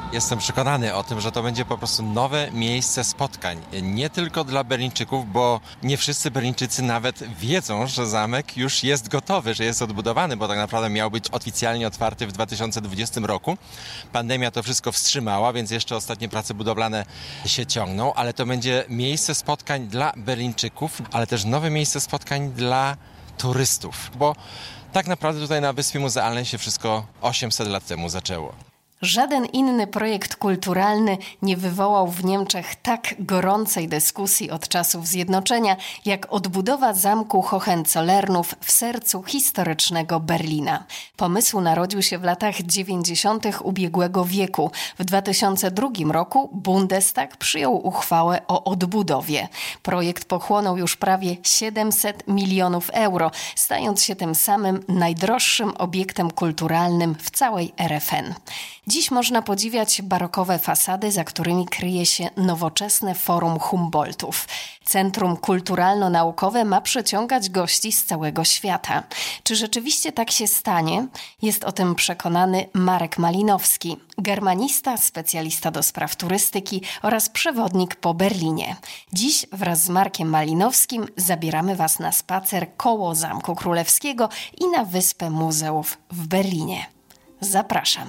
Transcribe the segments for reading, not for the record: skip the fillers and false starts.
Jestem przekonany o tym, że to będzie po prostu nowe miejsce spotkań. Nie tylko dla Berlińczyków, bo nie wszyscy Berlińczycy nawet wiedzą, że zamek już jest gotowy, że jest odbudowany, bo tak naprawdę miał być oficjalnie otwarty w 2020 roku. Pandemia to wszystko wstrzymała, więc jeszcze ostatnie prace budowlane się ciągną, ale to będzie miejsce spotkań dla Berlińczyków, ale też nowe miejsce spotkań dla turystów, bo tak naprawdę tutaj na Wyspie Muzealnej się wszystko 800 lat temu zaczęło. Żaden inny projekt kulturalny nie wywołał w Niemczech tak gorącej dyskusji od czasów zjednoczenia, jak odbudowa zamku Hohenzollernów w sercu historycznego Berlina. Pomysł narodził się w latach 90. ubiegłego wieku. W 2002 roku Bundestag przyjął uchwałę o odbudowie. Projekt pochłonął już prawie 700 milionów euro, stając się tym samym najdroższym obiektem kulturalnym w całej RFN. Dziś można podziwiać barokowe fasady, za którymi kryje się nowoczesne Forum Humboldtów. Centrum kulturalno-naukowe ma przyciągać gości z całego świata. Czy rzeczywiście tak się stanie? Jest o tym przekonany Marek Malinowski, germanista, specjalista do spraw turystyki oraz przewodnik po Berlinie. Dziś wraz z Markiem Malinowskim zabieramy Was na spacer koło Zamku Królewskiego i na Wyspę Muzeów w Berlinie. Zapraszam.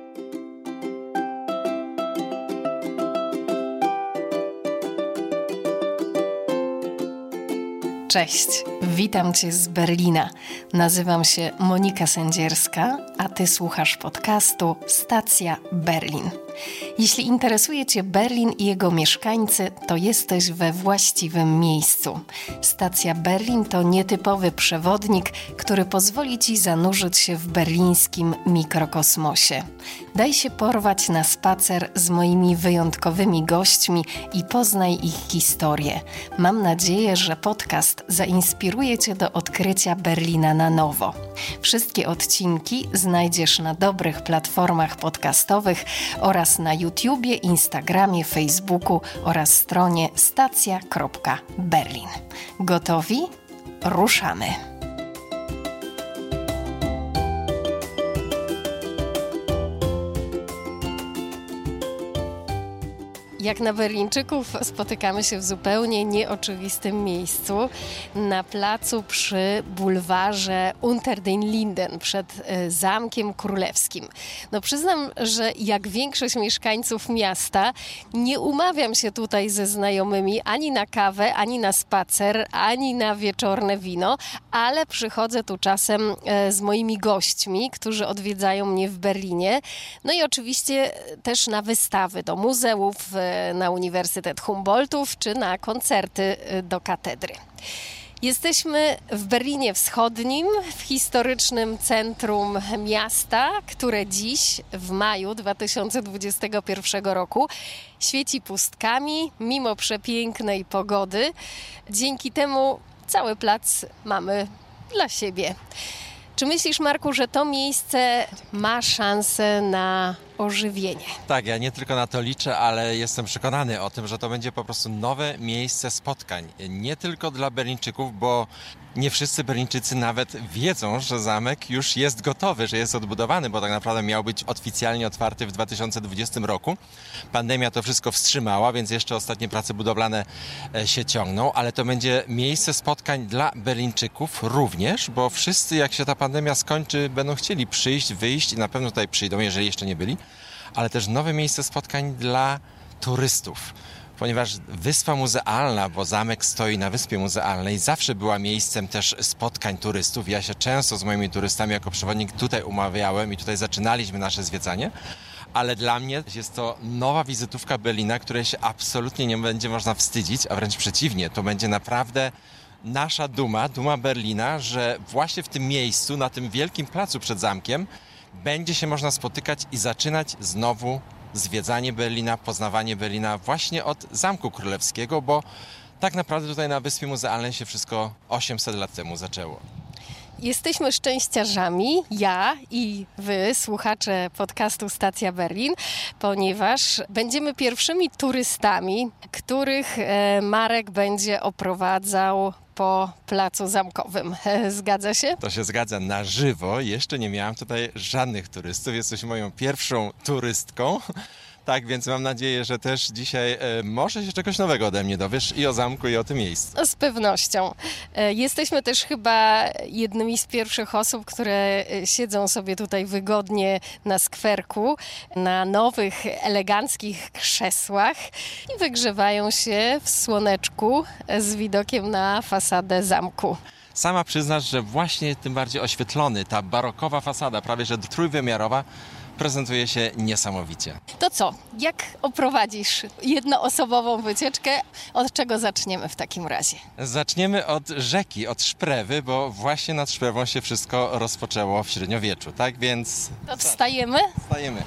Cześć, witam Cię z Berlina. Nazywam się Monika Sędzierska, a Ty słuchasz podcastu Stacja Berlin. Jeśli interesuje Cię Berlin i jego mieszkańcy, to jesteś we właściwym miejscu. Stacja Berlin to nietypowy przewodnik, który pozwoli Ci zanurzyć się w berlińskim mikrokosmosie. Daj się porwać na spacer z moimi wyjątkowymi gośćmi i poznaj ich historię. Mam nadzieję, że podcast zainspiruje Cię do odkrycia Berlina na nowo. Wszystkie odcinki znajdziesz na dobrych platformach podcastowych oraz na YouTubie, Instagramie, Facebooku oraz stronie stacja.berlin. Gotowi? Ruszamy! Jak na Berlińczyków spotykamy się w zupełnie nieoczywistym miejscu, na placu przy bulwarze Unter den Linden, przed Zamkiem Królewskim. No przyznam, że jak większość mieszkańców miasta nie umawiam się tutaj ze znajomymi ani na kawę, ani na spacer, ani na wieczorne wino, ale przychodzę tu czasem z moimi gośćmi, którzy odwiedzają mnie w Berlinie. No i oczywiście też na wystawy do muzeów, na Uniwersytet Humboldtów czy na koncerty do katedry. Jesteśmy w Berlinie Wschodnim, w historycznym centrum miasta, które dziś, w maju 2021 roku, świeci pustkami, mimo przepięknej pogody. Dzięki temu cały plac mamy dla siebie. Czy myślisz, Marku, że to miejsce ma szansę na ożywienie? Tak, ja nie tylko na to liczę, ale jestem przekonany o tym, że to będzie po prostu nowe miejsce spotkań. Nie tylko dla Berlińczyków, bo nie wszyscy Berlińczycy nawet wiedzą, że zamek już jest gotowy, że jest odbudowany, bo tak naprawdę miał być oficjalnie otwarty w 2020 roku. Pandemia to wszystko wstrzymała, więc jeszcze ostatnie prace budowlane się ciągną, ale to będzie miejsce spotkań dla Berlińczyków również, bo wszyscy, jak się ta pandemia skończy, będą chcieli przyjść, wyjść i na pewno tutaj przyjdą, jeżeli jeszcze nie byli, ale też nowe miejsce spotkań dla turystów. Ponieważ Wyspa Muzealna, bo zamek stoi na Wyspie Muzealnej, zawsze była miejscem też spotkań turystów. Ja się często z moimi turystami jako przewodnik tutaj umawiałem i tutaj zaczynaliśmy nasze zwiedzanie. Ale dla mnie jest to nowa wizytówka Berlina, której się absolutnie nie będzie można wstydzić, a wręcz przeciwnie, to będzie naprawdę nasza duma Berlina, że właśnie w tym miejscu, na tym wielkim placu przed zamkiem, będzie się można spotykać i zaczynać znowu zwiedzanie Berlina, poznawanie Berlina właśnie od Zamku Królewskiego, bo tak naprawdę tutaj na Wyspie Muzealnej się wszystko 800 lat temu zaczęło. Jesteśmy szczęściarzami, ja i wy, słuchacze podcastu Stacja Berlin, ponieważ będziemy pierwszymi turystami, których Marek będzie oprowadzał po placu zamkowym. Zgadza się? To się zgadza na żywo. Jeszcze nie miałam tutaj żadnych turystów. Jesteś moją pierwszą turystką. Tak, więc mam nadzieję, że też dzisiaj może się czegoś nowego ode mnie dowiesz i o zamku, i o tym miejscu. Z pewnością. Jesteśmy też chyba jednymi z pierwszych osób, które siedzą sobie tutaj wygodnie na skwerku, na nowych, eleganckich krzesłach i wygrzewają się w słoneczku z widokiem na fasadę zamku. Sama przyznasz, że właśnie tym bardziej oświetlony, ta barokowa fasada, prawie że trójwymiarowa, prezentuje się niesamowicie. To co? Jak oprowadzisz jednoosobową wycieczkę? Od czego zaczniemy w takim razie? Zaczniemy od rzeki, od Szprewy, bo właśnie nad Szprewą się wszystko rozpoczęło w średniowieczu, tak więc... To wstajemy? Wstajemy.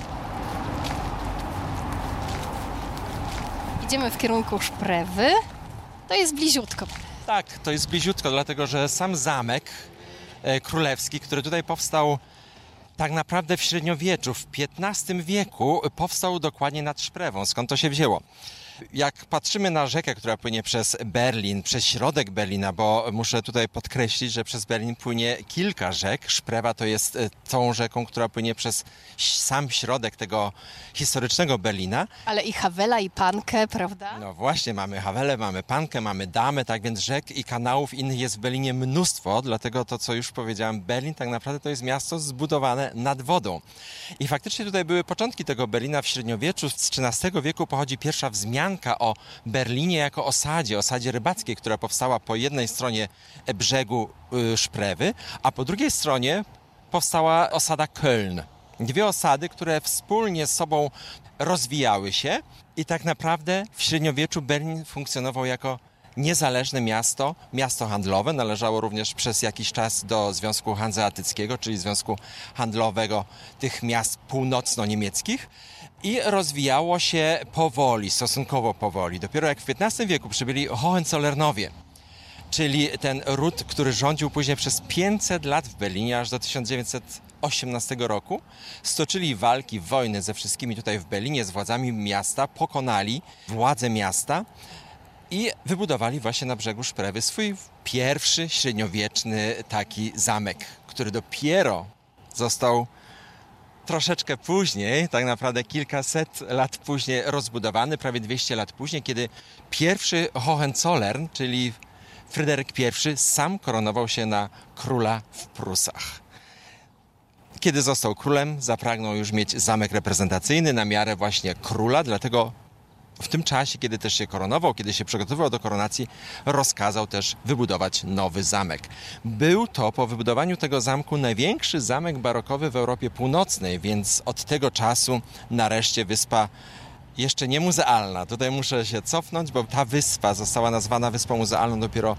Idziemy w kierunku Szprewy. To jest bliziutko. Tak, to jest bliziutko, dlatego że sam zamek królewski, który tutaj powstał tak naprawdę w średniowieczu, w XV wieku, powstał dokładnie nad Szprewą. Skąd to się wzięło? Jak patrzymy na rzekę, która płynie przez Berlin, przez środek Berlina, bo muszę tutaj podkreślić, że przez Berlin płynie kilka rzek. Szprewa to jest tą rzeką, która płynie przez sam środek tego historycznego Berlina. Ale i Hawela, i Pankę, prawda? No właśnie, mamy Hawelę, mamy Pankę, mamy Damę, tak więc rzek i kanałów innych jest w Berlinie mnóstwo, dlatego to, co już powiedziałem, Berlin tak naprawdę to jest miasto zbudowane nad wodą. I faktycznie tutaj były początki tego Berlina w średniowieczu. Z XIII wieku pochodzi pierwsza wzmianka o Berlinie jako osadzie rybackiej, która powstała po jednej stronie brzegu Szprewy, a po drugiej stronie powstała osada Köln. Dwie osady, które wspólnie z sobą rozwijały się i tak naprawdę w średniowieczu Berlin funkcjonował jako niezależne miasto handlowe. Należało również przez jakiś czas do Związku Hanzeatyckiego, czyli Związku Handlowego tych miast północno-niemieckich i rozwijało się powoli, stosunkowo powoli. Dopiero jak w XV wieku przybyli Hohenzollernowie, czyli ten ród, który rządził później przez 500 lat w Berlinie, aż do 1918 roku, stoczyli walki, wojny ze wszystkimi tutaj w Berlinie, z władzami miasta, pokonali władze miasta i wybudowali właśnie na brzegu Szprewy swój pierwszy średniowieczny taki zamek, który dopiero został troszeczkę później, tak naprawdę kilkaset lat później rozbudowany, prawie 200 lat później, kiedy pierwszy Hohenzollern, czyli Fryderyk I, sam koronował się na króla w Prusach. Kiedy został królem, zapragnął już mieć zamek reprezentacyjny na miarę właśnie króla, dlatego w tym czasie, kiedy też się koronował, kiedy się przygotowywał do koronacji, rozkazał też wybudować nowy zamek. Był to po wybudowaniu tego zamku największy zamek barokowy w Europie Północnej, więc od tego czasu nareszcie wyspa jeszcze nie muzealna. Tutaj muszę się cofnąć, bo ta wyspa została nazwana Wyspą Muzealną dopiero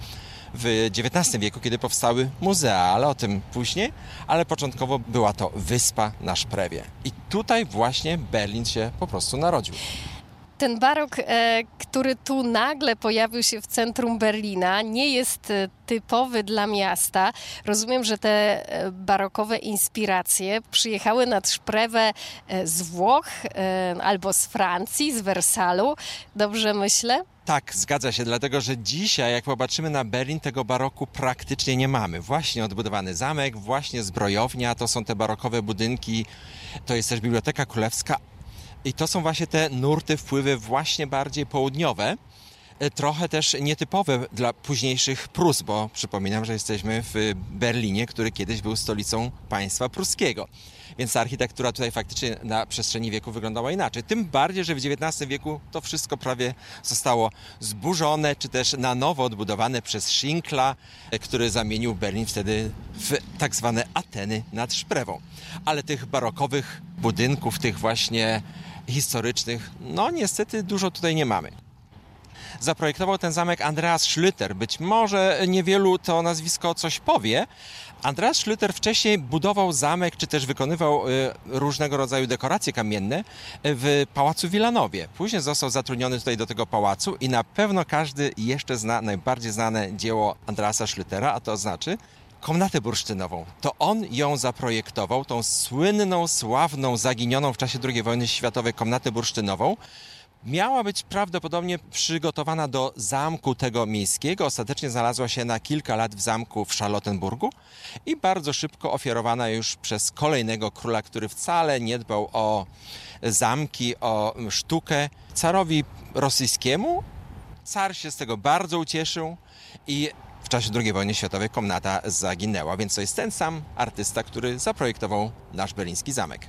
w XIX wieku, kiedy powstały muzea, ale o tym później. Ale początkowo była to wyspa na Szprewie. I tutaj właśnie Berlin się po prostu narodził. Ten barok, który tu nagle pojawił się w centrum Berlina, nie jest typowy dla miasta. Rozumiem, że te barokowe inspiracje przyjechały nad Szprewę z Włoch albo z Francji, z Wersalu. Dobrze myślę? Tak, zgadza się, dlatego że dzisiaj, jak popatrzymy na Berlin, tego baroku praktycznie nie mamy. Właśnie odbudowany zamek, właśnie zbrojownia, to są te barokowe budynki, to jest też Biblioteka Królewska. I to są właśnie te nurty, wpływy właśnie bardziej południowe, trochę też nietypowe dla późniejszych Prus, bo przypominam, że jesteśmy w Berlinie, który kiedyś był stolicą państwa pruskiego. Więc ta architektura tutaj faktycznie na przestrzeni wieku wyglądała inaczej. Tym bardziej, że w XIX wieku to wszystko prawie zostało zburzone, czy też na nowo odbudowane przez Schinkla, który zamienił Berlin wtedy w tak zwane Ateny nad Szprewą. Ale tych barokowych budynków, tych właśnie historycznych, no niestety dużo tutaj nie mamy. Zaprojektował ten zamek Andreas Schlüter. Być może niewielu to nazwisko coś powie. Andreas Schlüter wcześniej budował zamek, czy też wykonywał różnego rodzaju dekoracje kamienne w Pałacu Wilanowie. Później został zatrudniony tutaj do tego pałacu i na pewno każdy jeszcze zna najbardziej znane dzieło Andreasa Schlütera, a to znaczy komnatę bursztynową. To on ją zaprojektował, tą słynną, sławną, zaginioną w czasie II wojny światowej komnatę bursztynową. Miała być prawdopodobnie przygotowana do zamku tego miejskiego. Ostatecznie znalazła się na kilka lat w zamku w Charlottenburgu i bardzo szybko ofiarowana już przez kolejnego króla, który wcale nie dbał o zamki, o sztukę. Carowi rosyjskiemu car się z tego bardzo ucieszył i w czasie II wojny światowej komnata zaginęła, więc to jest ten sam artysta, który zaprojektował nasz berliński zamek.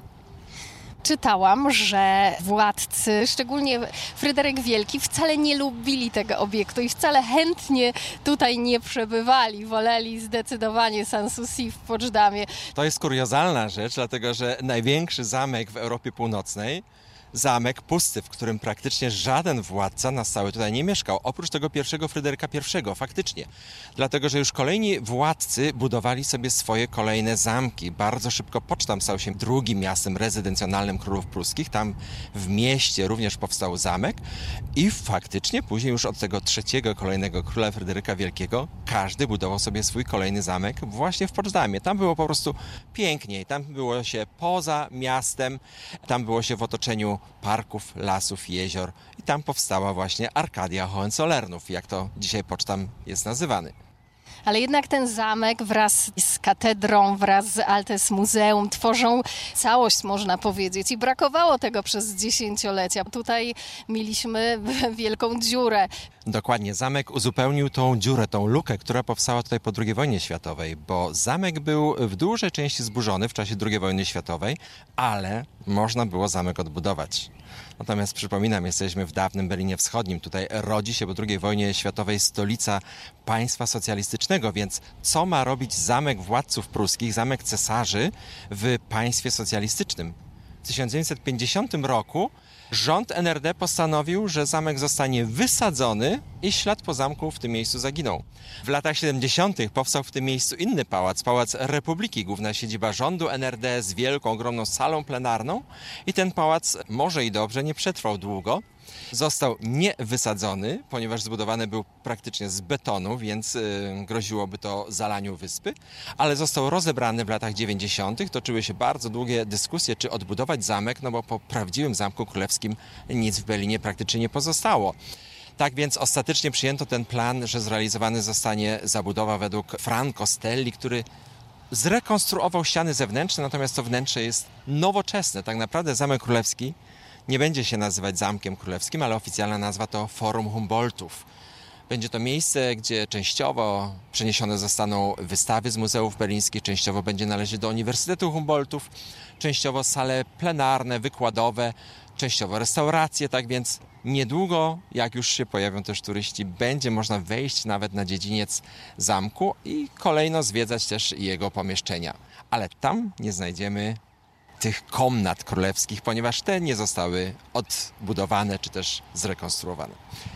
Czytałam, że władcy, szczególnie Fryderyk Wielki, wcale nie lubili tego obiektu i wcale chętnie tutaj nie przebywali. Woleli zdecydowanie Sanssouci w Poczdamie. To jest kuriozalna rzecz, dlatego że największy zamek w Europie Północnej, zamek pusty, w którym praktycznie żaden władca na stałe tutaj nie mieszkał, oprócz tego pierwszego Fryderyka I, faktycznie. Dlatego, że już kolejni władcy budowali sobie swoje kolejne zamki. Bardzo szybko Poczdam stał się drugim miastem rezydencjonalnym królów pruskich. Tam w mieście również powstał zamek i faktycznie później już od tego trzeciego kolejnego króla Fryderyka Wielkiego każdy budował sobie swój kolejny zamek właśnie w Poczdamie. Tam było po prostu piękniej. Tam było się poza miastem, tam było się w otoczeniu parków, lasów, jezior i tam powstała właśnie Arkadia Hohenzollernów, jak to dzisiaj Poczdam jest nazywany. Ale jednak ten zamek wraz z katedrą, wraz z Altes Muzeum tworzą całość, można powiedzieć. I brakowało tego przez dziesięciolecia. Tutaj mieliśmy wielką dziurę. Dokładnie, zamek uzupełnił tą dziurę, tą lukę, która powstała tutaj po II wojnie światowej, bo zamek był w dużej części zburzony w czasie II wojny światowej, ale można było zamek odbudować. Natomiast przypominam, jesteśmy w dawnym Berlinie Wschodnim. Tutaj rodzi się po II wojnie światowej stolica państwa socjalistycznego, więc co ma robić zamek władców pruskich, zamek cesarzy w państwie socjalistycznym? W 1950 roku rząd NRD postanowił, że zamek zostanie wysadzony i ślad po zamku w tym miejscu zaginął. W latach 70. powstał w tym miejscu inny pałac, Pałac Republiki, główna siedziba rządu NRD z wielką, ogromną salą plenarną i ten pałac, może i dobrze, nie przetrwał długo. Został nie wysadzony, ponieważ zbudowany był praktycznie z betonu, więc groziłoby to zalaniu wyspy, ale został rozebrany w latach 90. Toczyły się bardzo długie dyskusje, czy odbudować zamek, no bo po prawdziwym Zamku Królewskim nic w Berlinie praktycznie nie pozostało. Tak więc ostatecznie przyjęto ten plan, że zrealizowany zostanie zabudowa według Franco Stelli, który zrekonstruował ściany zewnętrzne, natomiast to wnętrze jest nowoczesne. Tak naprawdę Zamek Królewski nie będzie się nazywać Zamkiem Królewskim, ale oficjalna nazwa to Forum Humboldtów. Będzie to miejsce, gdzie częściowo przeniesione zostaną wystawy z muzeów berlińskich, częściowo będzie należeć do Uniwersytetu Humboldtów, częściowo sale plenarne, wykładowe, częściowo restauracje, tak więc niedługo, jak już się pojawią też turyści, będzie można wejść nawet na dziedziniec zamku i kolejno zwiedzać też jego pomieszczenia. Ale tam nie znajdziemy tych komnat królewskich, ponieważ te nie zostały odbudowane czy też zrekonstruowane.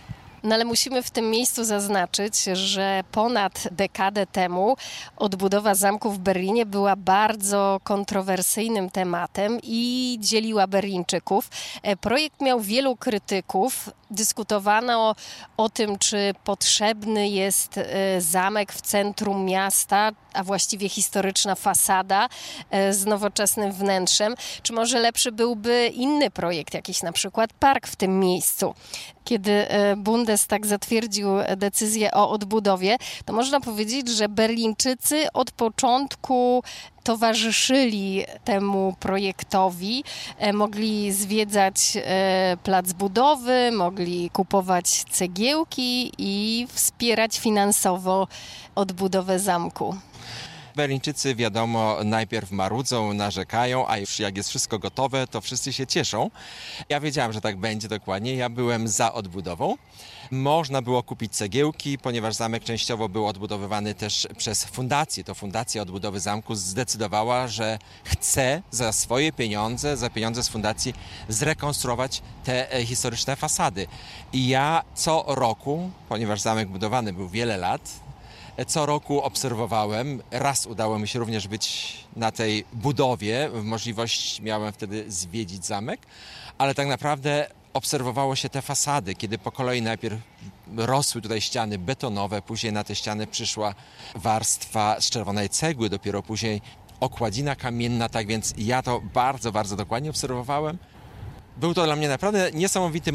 No ale musimy w tym miejscu zaznaczyć, że ponad dekadę temu odbudowa zamku w Berlinie była bardzo kontrowersyjnym tematem i dzieliła Berlińczyków. Projekt miał wielu krytyków. Dyskutowano o tym, czy potrzebny jest zamek w centrum miasta, a właściwie historyczna fasada z nowoczesnym wnętrzem. Czy może lepszy byłby inny projekt, jakiś na przykład park w tym miejscu? Kiedy Bundestag zatwierdził decyzję o odbudowie, to można powiedzieć, że Berlińczycy od początku towarzyszyli temu projektowi, mogli zwiedzać plac budowy, mogli kupować cegiełki i wspierać finansowo odbudowę zamku. Berlińczycy, wiadomo, najpierw marudzą, narzekają, a już jak jest wszystko gotowe, to wszyscy się cieszą. Ja wiedziałem, że tak będzie dokładnie. Ja byłem za odbudową. Można było kupić cegiełki, ponieważ zamek częściowo był odbudowywany też przez fundację. To Fundacja Odbudowy Zamku zdecydowała, że chce za swoje pieniądze, za pieniądze z fundacji zrekonstruować te historyczne fasady. I ja co roku, ponieważ zamek budowany był wiele lat, co roku obserwowałem. Raz udało mi się również być na tej budowie. Możliwość miałem wtedy zwiedzić zamek, ale tak naprawdę obserwowało się te fasady, kiedy po kolei najpierw rosły tutaj ściany betonowe, później na te ściany przyszła warstwa z czerwonej cegły, dopiero później okładzina kamienna, tak więc ja to bardzo, bardzo dokładnie obserwowałem. Był to dla mnie naprawdę niesamowity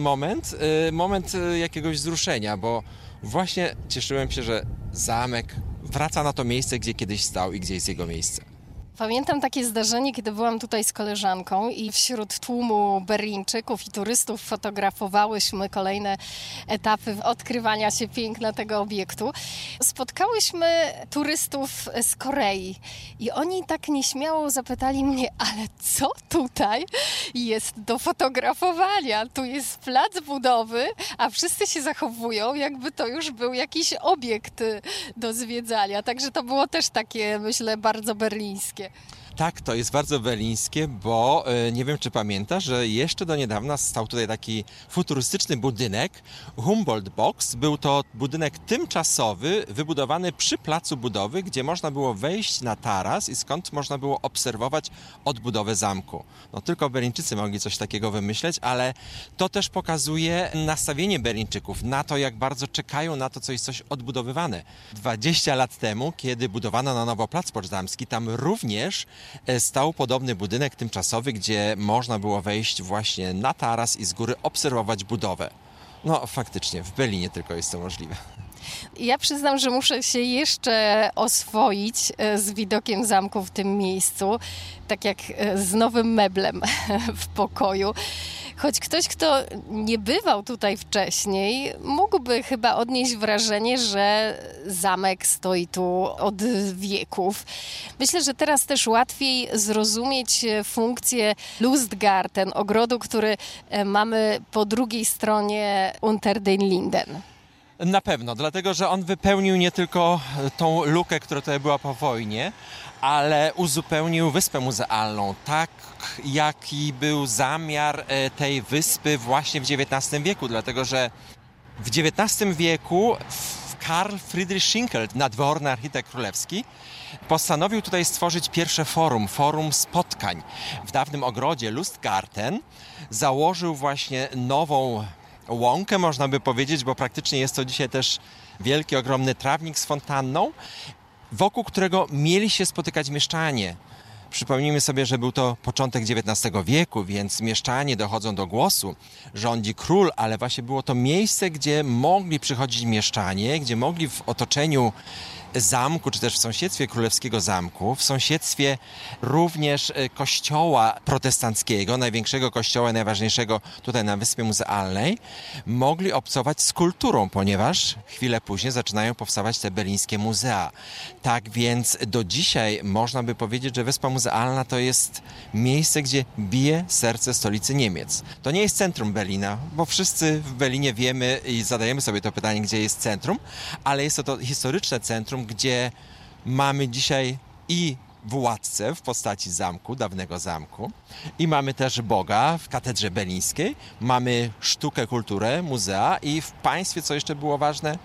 moment jakiegoś wzruszenia, bo właśnie cieszyłem się, że zamek wraca na to miejsce, gdzie kiedyś stał i gdzie jest jego miejsce. Pamiętam takie zdarzenie, kiedy byłam tutaj z koleżanką i wśród tłumu Berlińczyków i turystów fotografowałyśmy kolejne etapy odkrywania się piękna tego obiektu. Spotkałyśmy turystów z Korei i oni tak nieśmiało zapytali mnie, ale co tutaj jest do fotografowania? Tu jest plac budowy, a wszyscy się zachowują, jakby to już był jakiś obiekt do zwiedzania. Także to było też takie, myślę, bardzo berlińskie. Tak, to jest bardzo berlińskie, bo nie wiem, czy pamiętasz, że jeszcze do niedawna stał tutaj taki futurystyczny budynek, Humboldt Box. Był to budynek tymczasowy, wybudowany przy placu budowy, gdzie można było wejść na taras i skąd można było obserwować odbudowę zamku. No tylko Berlińczycy mogli coś takiego wymyśleć, ale to też pokazuje nastawienie Berlińczyków na to, jak bardzo czekają na to, co jest coś odbudowywane. 20 lat temu, kiedy budowano na nowo Plac Poczdamski, tam również stał podobny budynek tymczasowy, gdzie można było wejść właśnie na taras i z góry obserwować budowę. No faktycznie, w Berlinie tylko jest to możliwe. Ja przyznam, że muszę się jeszcze oswoić z widokiem zamku w tym miejscu, tak jak z nowym meblem w pokoju. Choć ktoś, kto nie bywał tutaj wcześniej, mógłby chyba odnieść wrażenie, że zamek stoi tu od wieków. Myślę, że teraz też łatwiej zrozumieć funkcję Lustgarten, ogrodu, który mamy po drugiej stronie Unter den Linden. Na pewno, dlatego że on wypełnił nie tylko tą lukę, która tutaj była po wojnie, ale uzupełnił wyspę muzealną, tak jaki był zamiar tej wyspy właśnie w XIX wieku, dlatego że w XIX wieku Karl Friedrich Schinkel, nadworny architekt królewski, postanowił tutaj stworzyć pierwsze forum spotkań. W dawnym ogrodzie Lustgarten założył właśnie nową łąkę, można by powiedzieć, bo praktycznie jest to dzisiaj też wielki, ogromny trawnik z fontanną, wokół którego mieli się spotykać mieszczanie. Przypomnijmy sobie, że był to początek XIX wieku, więc mieszczanie dochodzą do głosu, rządzi król, ale właśnie było to miejsce, gdzie mogli przychodzić mieszczanie, gdzie mogli w otoczeniu zamku, czy też w sąsiedztwie królewskiego zamku, w sąsiedztwie również kościoła protestanckiego, największego kościoła, najważniejszego tutaj na Wyspie Muzealnej, mogli obcować z kulturą, ponieważ chwilę później zaczynają powstawać te berlińskie muzea. Tak więc do dzisiaj można by powiedzieć, że Wyspa Muzealna to jest miejsce, gdzie bije serce stolicy Niemiec. To nie jest centrum Berlina, bo wszyscy w Berlinie wiemy i zadajemy sobie to pytanie, gdzie jest centrum, ale jest to historyczne centrum, gdzie mamy dzisiaj i władcę w postaci zamku, dawnego zamku, i mamy też Boga w katedrze berlińskiej, mamy sztukę, kulturę, muzea i w państwie, co jeszcze było ważne,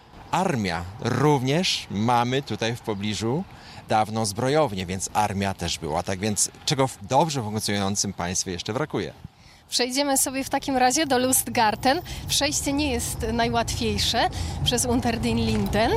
armia. Również mamy tutaj w pobliżu dawną zbrojownię, więc armia też była. Tak więc czego w dobrze funkcjonującym państwie jeszcze brakuje. Przejdziemy sobie w takim razie do Lustgarten. Przejście nie jest najłatwiejsze przez Unter den Linden.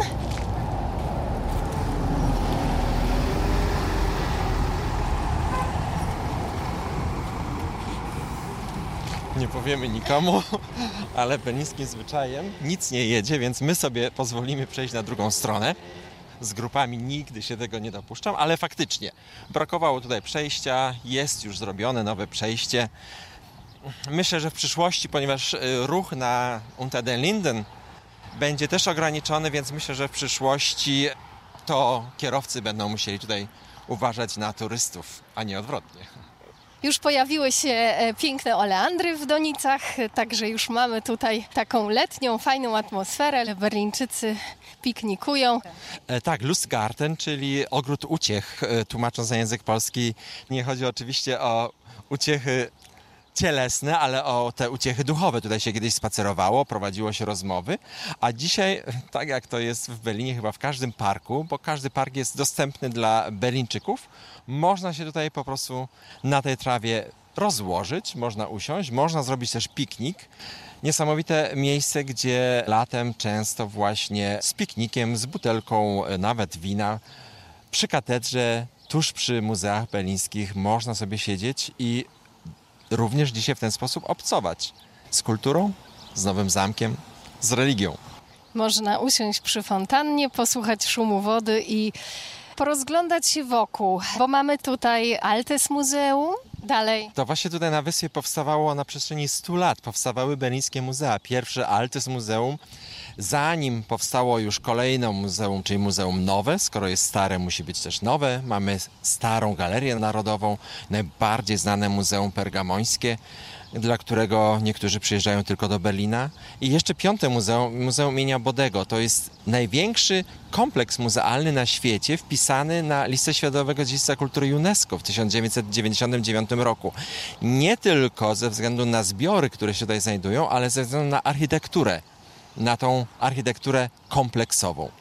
Nie powiemy nikomu, ale berlińskim zwyczajem nic nie jedzie, więc my sobie pozwolimy przejść na drugą stronę. Z grupami nigdy się tego nie dopuszczam, ale faktycznie brakowało tutaj przejścia, jest już zrobione nowe przejście. Myślę, że w przyszłości, ponieważ ruch na Unter den Linden będzie też ograniczony, więc myślę, że w przyszłości to kierowcy będą musieli tutaj uważać na turystów, a nie odwrotnie. Już pojawiły się piękne oleandry w donicach, także już mamy tutaj taką letnią, fajną atmosferę. Berlińczycy piknikują. Tak, Lustgarten, czyli ogród uciech, tłumacząc na język polski. Nie chodzi oczywiście o uciechy cielesne, ale o te uciechy duchowe. Tutaj się kiedyś spacerowało, prowadziło się rozmowy, a dzisiaj, tak jak to jest w Berlinie, chyba w każdym parku, bo każdy park jest dostępny dla Berlińczyków, można się tutaj po prostu na tej trawie rozłożyć, można usiąść, można zrobić też piknik. Niesamowite miejsce, gdzie latem często właśnie z piknikiem, z butelką nawet wina przy katedrze, tuż przy muzeach berlińskich można sobie siedzieć i również dzisiaj w ten sposób obcować z kulturą, z nowym zamkiem, z religią. Można usiąść przy fontannie, posłuchać szumu wody i porozglądać się wokół, bo mamy tutaj Altes Muzeum, dalej. To właśnie tutaj na wyspie powstawało na przestrzeni 100 lat, powstawały berlińskie muzea. Pierwsze Altes Muzeum, zanim powstało już kolejne muzeum, czyli muzeum nowe, skoro jest stare, musi być też nowe. Mamy starą Galerię Narodową, najbardziej znane Muzeum Pergamońskie, dla którego niektórzy przyjeżdżają tylko do Berlina. I jeszcze piąte muzeum, Muzeum imienia Bodego. To jest największy kompleks muzealny na świecie, wpisany na listę Światowego Dziedzictwa Kultury UNESCO w 1999 roku. Nie tylko ze względu na zbiory, które się tutaj znajdują, ale ze względu na architekturę, na tą architekturę kompleksową.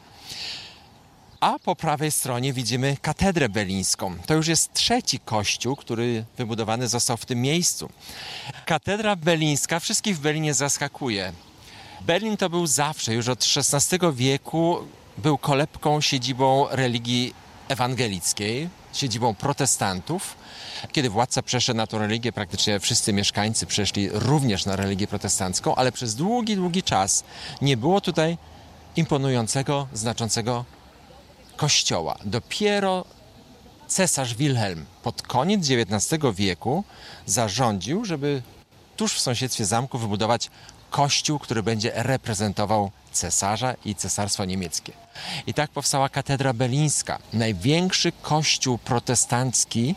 A po prawej stronie widzimy katedrę berlińską. To już jest trzeci kościół, który wybudowany został w tym miejscu. Katedra berlińska wszystkich w Berlinie zaskakuje. Berlin to był zawsze, już od XVI wieku, był kolebką, siedzibą religii ewangelickiej, siedzibą protestantów. Kiedy władca przeszedł na tę religię, praktycznie wszyscy mieszkańcy przeszli również na religię protestancką, ale przez długi, długi czas nie było tutaj imponującego, znaczącego kościoła. Dopiero cesarz Wilhelm pod koniec XIX wieku zarządził, żeby tuż w sąsiedztwie zamku wybudować kościół, który będzie reprezentował cesarza i cesarstwo niemieckie. I tak powstała katedra berlińska. Największy kościół protestancki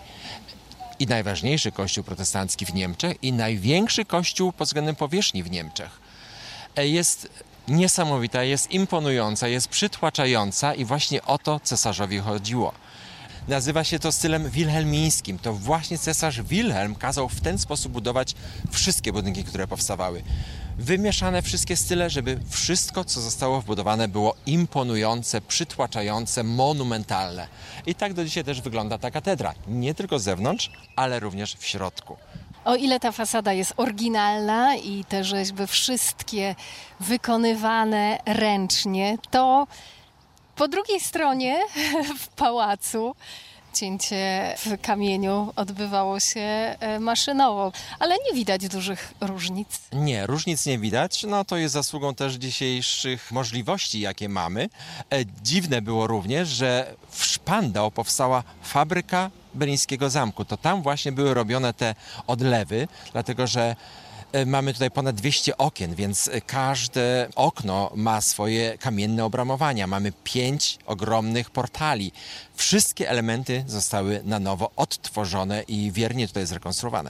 i najważniejszy kościół protestancki w Niemczech i największy kościół pod względem powierzchni w Niemczech. Jest niesamowita, jest imponująca, jest przytłaczająca i właśnie o to cesarzowi chodziło. Nazywa się to stylem wilhelmińskim. To właśnie cesarz Wilhelm kazał w ten sposób budować wszystkie budynki, które powstawały. Wymieszane wszystkie style, żeby wszystko, co zostało wbudowane, było imponujące, przytłaczające, monumentalne. I tak do dzisiaj też wygląda ta katedra. Nie tylko z zewnątrz, ale również w środku. O ile ta fasada jest oryginalna i te rzeźby wszystkie wykonywane ręcznie, to po drugiej stronie w pałacu cięcie w kamieniu odbywało się maszynowo, ale nie widać dużych różnic. Nie, różnic nie widać. No to jest zasługą też dzisiejszych możliwości, jakie mamy. Dziwne było również, że w Szpandau powstała fabryka berlińskiego zamku. To tam właśnie były robione te odlewy, dlatego że mamy tutaj ponad 200 okien, więc każde okno ma swoje kamienne obramowania. Mamy 5 ogromnych portali. Wszystkie elementy zostały na nowo odtworzone i wiernie tutaj zrekonstruowane.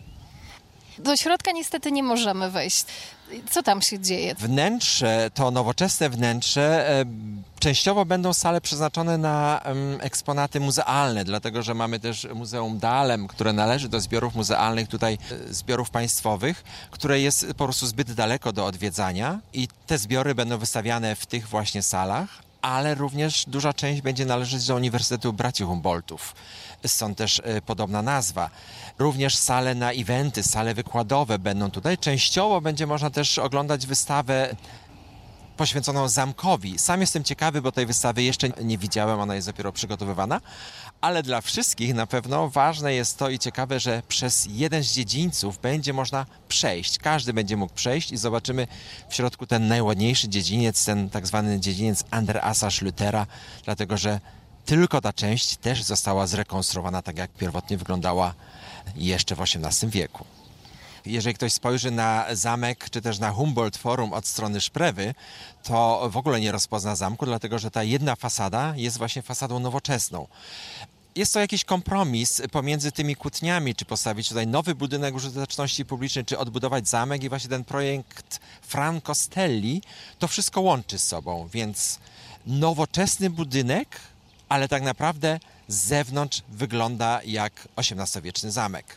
Do środka niestety nie możemy wejść. Co tam się dzieje? Wnętrze, to nowoczesne wnętrze, częściowo będą sale przeznaczone na eksponaty muzealne, dlatego że mamy też Muzeum Dahlem, które należy do zbiorów muzealnych, tutaj zbiorów państwowych, które jest po prostu zbyt daleko do odwiedzania i te zbiory będą wystawiane w tych właśnie salach, ale również duża część będzie należeć do Uniwersytetu Braci Humboldtów. Stąd też podobna nazwa. Również sale na eventy, sale wykładowe będą tutaj. Częściowo będzie można też oglądać wystawę poświęconą zamkowi. Sam jestem ciekawy, bo tej wystawy jeszcze nie widziałem, ona jest dopiero przygotowywana, ale dla wszystkich na pewno ważne jest to i ciekawe, że przez jeden z dziedzińców będzie można przejść. Każdy będzie mógł przejść i zobaczymy w środku ten najładniejszy dziedziniec, ten tak zwany dziedziniec Andreasa Schlütera, dlatego że tylko ta część też została zrekonstruowana tak, jak pierwotnie wyglądała jeszcze w XVIII wieku. Jeżeli ktoś spojrzy na zamek, czy też na Humboldt Forum od strony Szprewy, to w ogóle nie rozpozna zamku, dlatego że ta jedna fasada jest właśnie fasadą nowoczesną. Jest to jakiś kompromis pomiędzy tymi kłótniami, czy postawić tutaj nowy budynek użyteczności publicznej, czy odbudować zamek i właśnie ten projekt Franco Stelli to wszystko łączy z sobą, więc nowoczesny budynek, ale tak naprawdę z zewnątrz wygląda jak XVIII-wieczny zamek.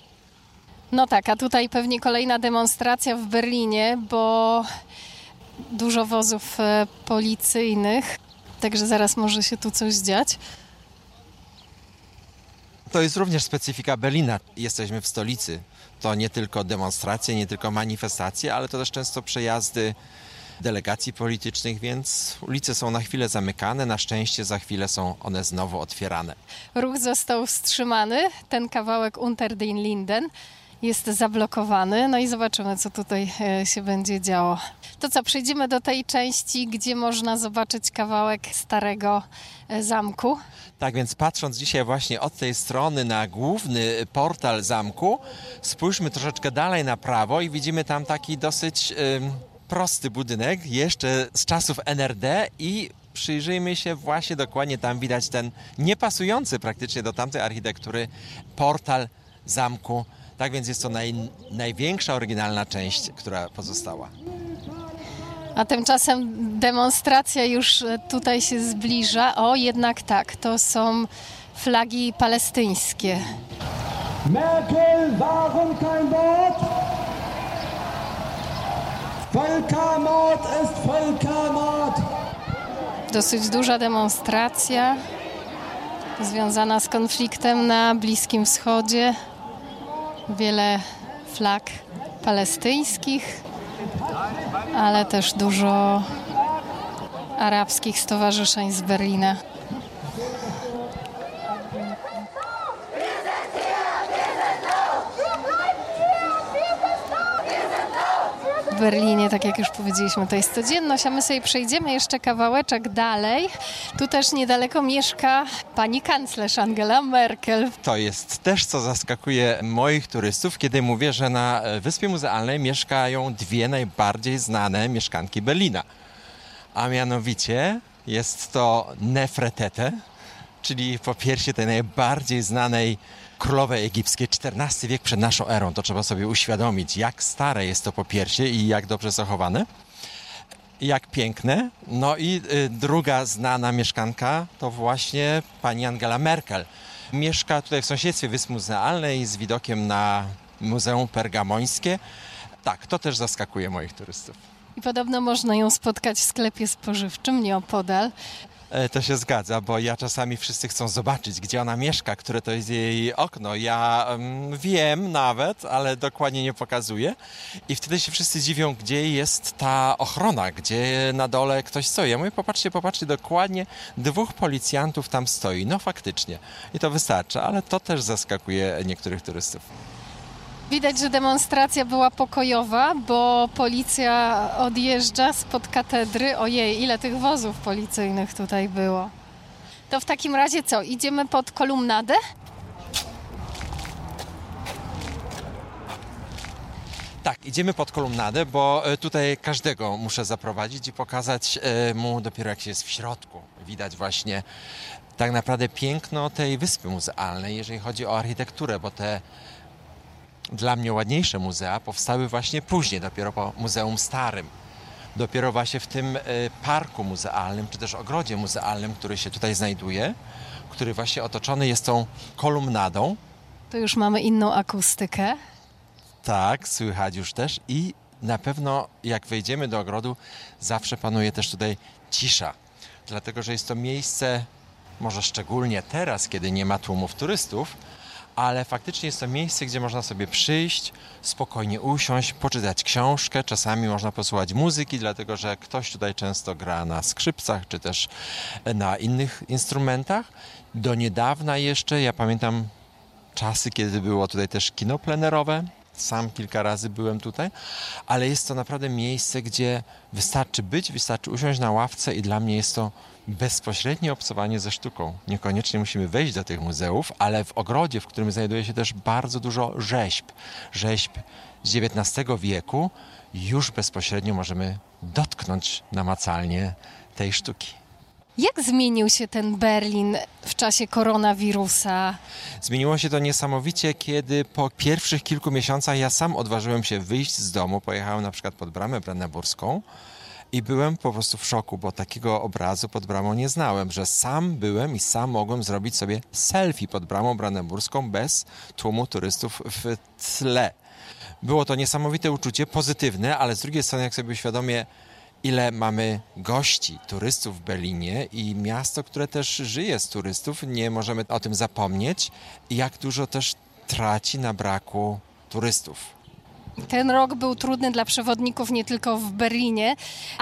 No tak, a tutaj pewnie kolejna demonstracja w Berlinie, bo dużo wozów policyjnych, także zaraz może się tu coś dziać. To jest również specyfika Berlina. Jesteśmy w stolicy. To nie tylko demonstracje, nie tylko manifestacje, ale to też często przejazdy delegacji politycznych, więc ulice są na chwilę zamykane. Na szczęście za chwilę są one znowu otwierane. Ruch został wstrzymany, ten kawałek Unter den Linden. jest zablokowany. No i zobaczymy, co tutaj się będzie działo. To co, przejdziemy do tej części, gdzie można zobaczyć kawałek starego zamku. Tak więc patrząc dzisiaj właśnie od tej strony na główny portal zamku, spójrzmy troszeczkę dalej na prawo i widzimy tam taki dosyć prosty budynek, jeszcze z czasów NRD i przyjrzyjmy się właśnie dokładnie, tam widać ten niepasujący praktycznie do tamtej architektury portal zamku. Tak więc jest to największa oryginalna część, która pozostała. A tymczasem demonstracja już tutaj się zbliża. O, jednak tak, to są flagi palestyńskie. Merkel, warum kein Wort? Völkermord ist Völkermord. Dosyć duża demonstracja związana z konfliktem na Bliskim Wschodzie. Wiele flag palestyńskich, ale też dużo arabskich stowarzyszeń z Berlina. W Berlinie, tak jak już powiedzieliśmy, to jest codzienność, a my sobie przejdziemy jeszcze kawałeczek dalej. Tu też niedaleko mieszka pani kanclerz Angela Merkel. To jest też, co zaskakuje moich turystów, kiedy mówię, że na Wyspie Muzealnej mieszkają dwie najbardziej znane mieszkanki Berlina. A mianowicie jest to Nefretete, czyli po piersi tej najbardziej znanej królowej egipskiej, XIV wiek przed naszą erą. To trzeba sobie uświadomić, jak stare jest to popiersie i jak dobrze zachowane. Jak piękne. No i druga znana mieszkanka to właśnie pani Angela Merkel. Mieszka tutaj w sąsiedztwie Wyspy Muzealnej z widokiem na Muzeum Pergamońskie. Tak, to też zaskakuje moich turystów. I podobno można ją spotkać w sklepie spożywczym nieopodal. To się zgadza, bo ja czasami wszyscy chcą zobaczyć, gdzie ona mieszka, które to jest jej okno. Ja wiem nawet, ale dokładnie nie pokazuję. I wtedy się wszyscy dziwią, gdzie jest ta ochrona, gdzie na dole ktoś stoi. Ja mówię, popatrzcie, dokładnie 2 policjantów tam stoi. No faktycznie. I to wystarczy, ale to też zaskakuje niektórych turystów. Widać, że demonstracja była pokojowa, bo policja odjeżdża spod katedry. Ojej, ile tych wozów policyjnych tutaj było. To w takim razie co, idziemy pod kolumnadę? Tak, idziemy pod kolumnadę, bo tutaj każdego muszę zaprowadzić i pokazać mu dopiero jak się jest w środku. Widać właśnie tak naprawdę piękno tej Wyspy Muzealnej, jeżeli chodzi o architekturę, bo te dla mnie ładniejsze muzea powstały właśnie później, dopiero po Muzeum Starym. Dopiero właśnie w tym parku muzealnym, czy też ogrodzie muzealnym, który się tutaj znajduje, który właśnie otoczony jest tą kolumnadą. To już mamy inną akustykę. Tak, słychać już też i na pewno jak wejdziemy do ogrodu, zawsze panuje też tutaj cisza. Dlatego, że jest to miejsce, może szczególnie teraz, kiedy nie ma tłumów turystów, ale faktycznie jest to miejsce, gdzie można sobie przyjść, spokojnie usiąść, poczytać książkę. Czasami można posłuchać muzyki, dlatego że ktoś tutaj często gra na skrzypcach, czy też na innych instrumentach. Do niedawna jeszcze, ja pamiętam czasy, kiedy było tutaj też kino plenerowe. Sam kilka razy byłem tutaj, ale jest to naprawdę miejsce, gdzie wystarczy być, wystarczy usiąść na ławce i dla mnie jest to bezpośrednie obcowanie ze sztuką. Niekoniecznie musimy wejść do tych muzeów, ale w ogrodzie, w którym znajduje się też bardzo dużo rzeźb z XIX wieku, już bezpośrednio możemy dotknąć namacalnie tej sztuki. Jak zmienił się ten Berlin w czasie koronawirusa? Zmieniło się to niesamowicie, kiedy po pierwszych kilku miesiącach ja sam odważyłem się wyjść z domu. Pojechałem na przykład pod Bramę Brandenburską i byłem po prostu w szoku, bo takiego obrazu pod bramą nie znałem, że sam byłem i sam mogłem zrobić sobie selfie pod Bramą Brandenburską bez tłumu turystów w tle. Było to niesamowite uczucie, pozytywne, ale z drugiej strony, jak sobie uświadomię, ile mamy gości, turystów w Berlinie i miasto, które też żyje z turystów, nie możemy o tym zapomnieć i jak dużo też traci na braku turystów. Ten rok był trudny dla przewodników nie tylko w Berlinie,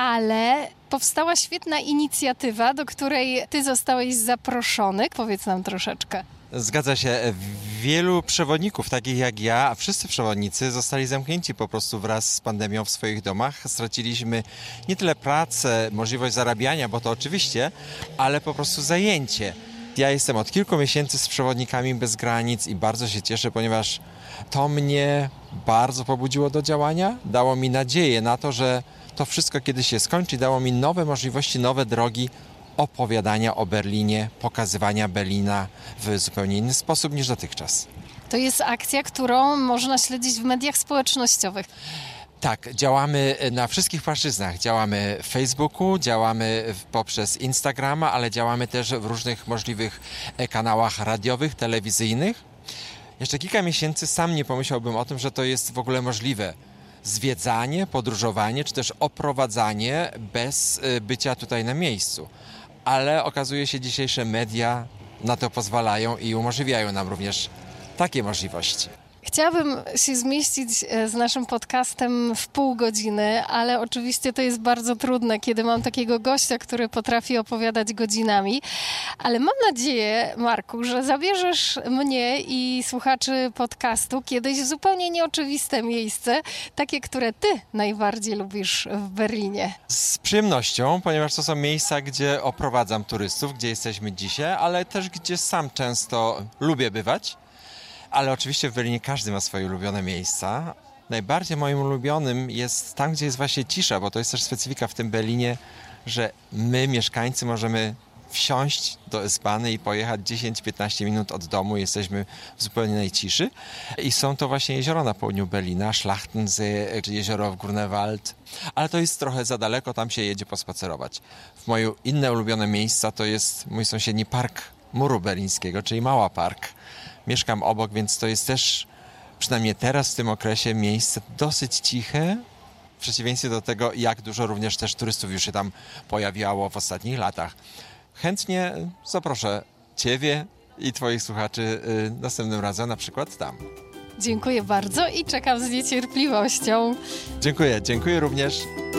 ale powstała świetna inicjatywa, do której ty zostałeś zaproszony. Powiedz nam troszeczkę. Zgadza się. Wielu przewodników, takich jak ja, a wszyscy przewodnicy zostali zamknięci po prostu wraz z pandemią w swoich domach. Straciliśmy nie tyle pracę, możliwość zarabiania, bo to oczywiście, ale po prostu zajęcie. Ja jestem od kilku miesięcy z Przewodnikami Bez Granic i bardzo się cieszę, ponieważ to mnie bardzo pobudziło do działania. Dało mi nadzieję na to, że to wszystko kiedyś się skończy. Dało mi nowe możliwości, nowe drogi opowiadania o Berlinie, pokazywania Berlina w zupełnie inny sposób niż dotychczas. To jest akcja, którą można śledzić w mediach społecznościowych. Tak, działamy na wszystkich płaszczyznach. Działamy w Facebooku, działamy poprzez Instagrama, ale działamy też w różnych możliwych kanałach radiowych, telewizyjnych. Jeszcze kilka miesięcy sam nie pomyślałbym o tym, że to jest w ogóle możliwe. Zwiedzanie, podróżowanie, czy też oprowadzanie bez bycia tutaj na miejscu. Ale okazuje się, dzisiejsze media na to pozwalają i umożliwiają nam również takie możliwości. Chciałabym się zmieścić z naszym podcastem w pół godziny, ale oczywiście to jest bardzo trudne, kiedy mam takiego gościa, który potrafi opowiadać godzinami. Ale mam nadzieję, Marku, że zabierzesz mnie i słuchaczy podcastu kiedyś w zupełnie nieoczywiste miejsce, takie, które ty najbardziej lubisz w Berlinie. Z przyjemnością, ponieważ to są miejsca, gdzie oprowadzam turystów, gdzie jesteśmy dzisiaj, ale też gdzie sam często lubię bywać. Ale oczywiście w Berlinie każdy ma swoje ulubione miejsca. Najbardziej moim ulubionym jest tam, gdzie jest właśnie cisza, bo to jest też specyfika w tym Berlinie, że my, mieszkańcy, możemy wsiąść do S-Bahny i pojechać 10-15 minut od domu. Jesteśmy w zupełnej ciszy. I są to właśnie jeziora na południu Berlina, Schlachtensee, czy jezioro w Grunewald. Ale to jest trochę za daleko, tam się jedzie pospacerować. Moje inne ulubione miejsca to jest mój sąsiedni park Muru Berlińskiego, czyli Mauer Park. Mieszkam obok, więc to jest też, przynajmniej teraz w tym okresie, miejsce dosyć ciche, w przeciwieństwie do tego, jak dużo również też turystów już się tam pojawiało w ostatnich latach. Chętnie zaproszę Ciebie i Twoich słuchaczy następnym razem, na przykład tam. Dziękuję bardzo i czekam z niecierpliwością. Dziękuję również.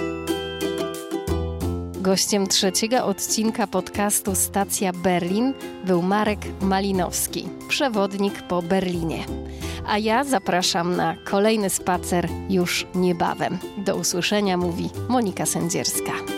Gościem trzeciego odcinka podcastu Stacja Berlin był Marek Malinowski, przewodnik po Berlinie. A ja zapraszam na kolejny spacer już niebawem. Do usłyszenia, mówi Monika Sędzierska.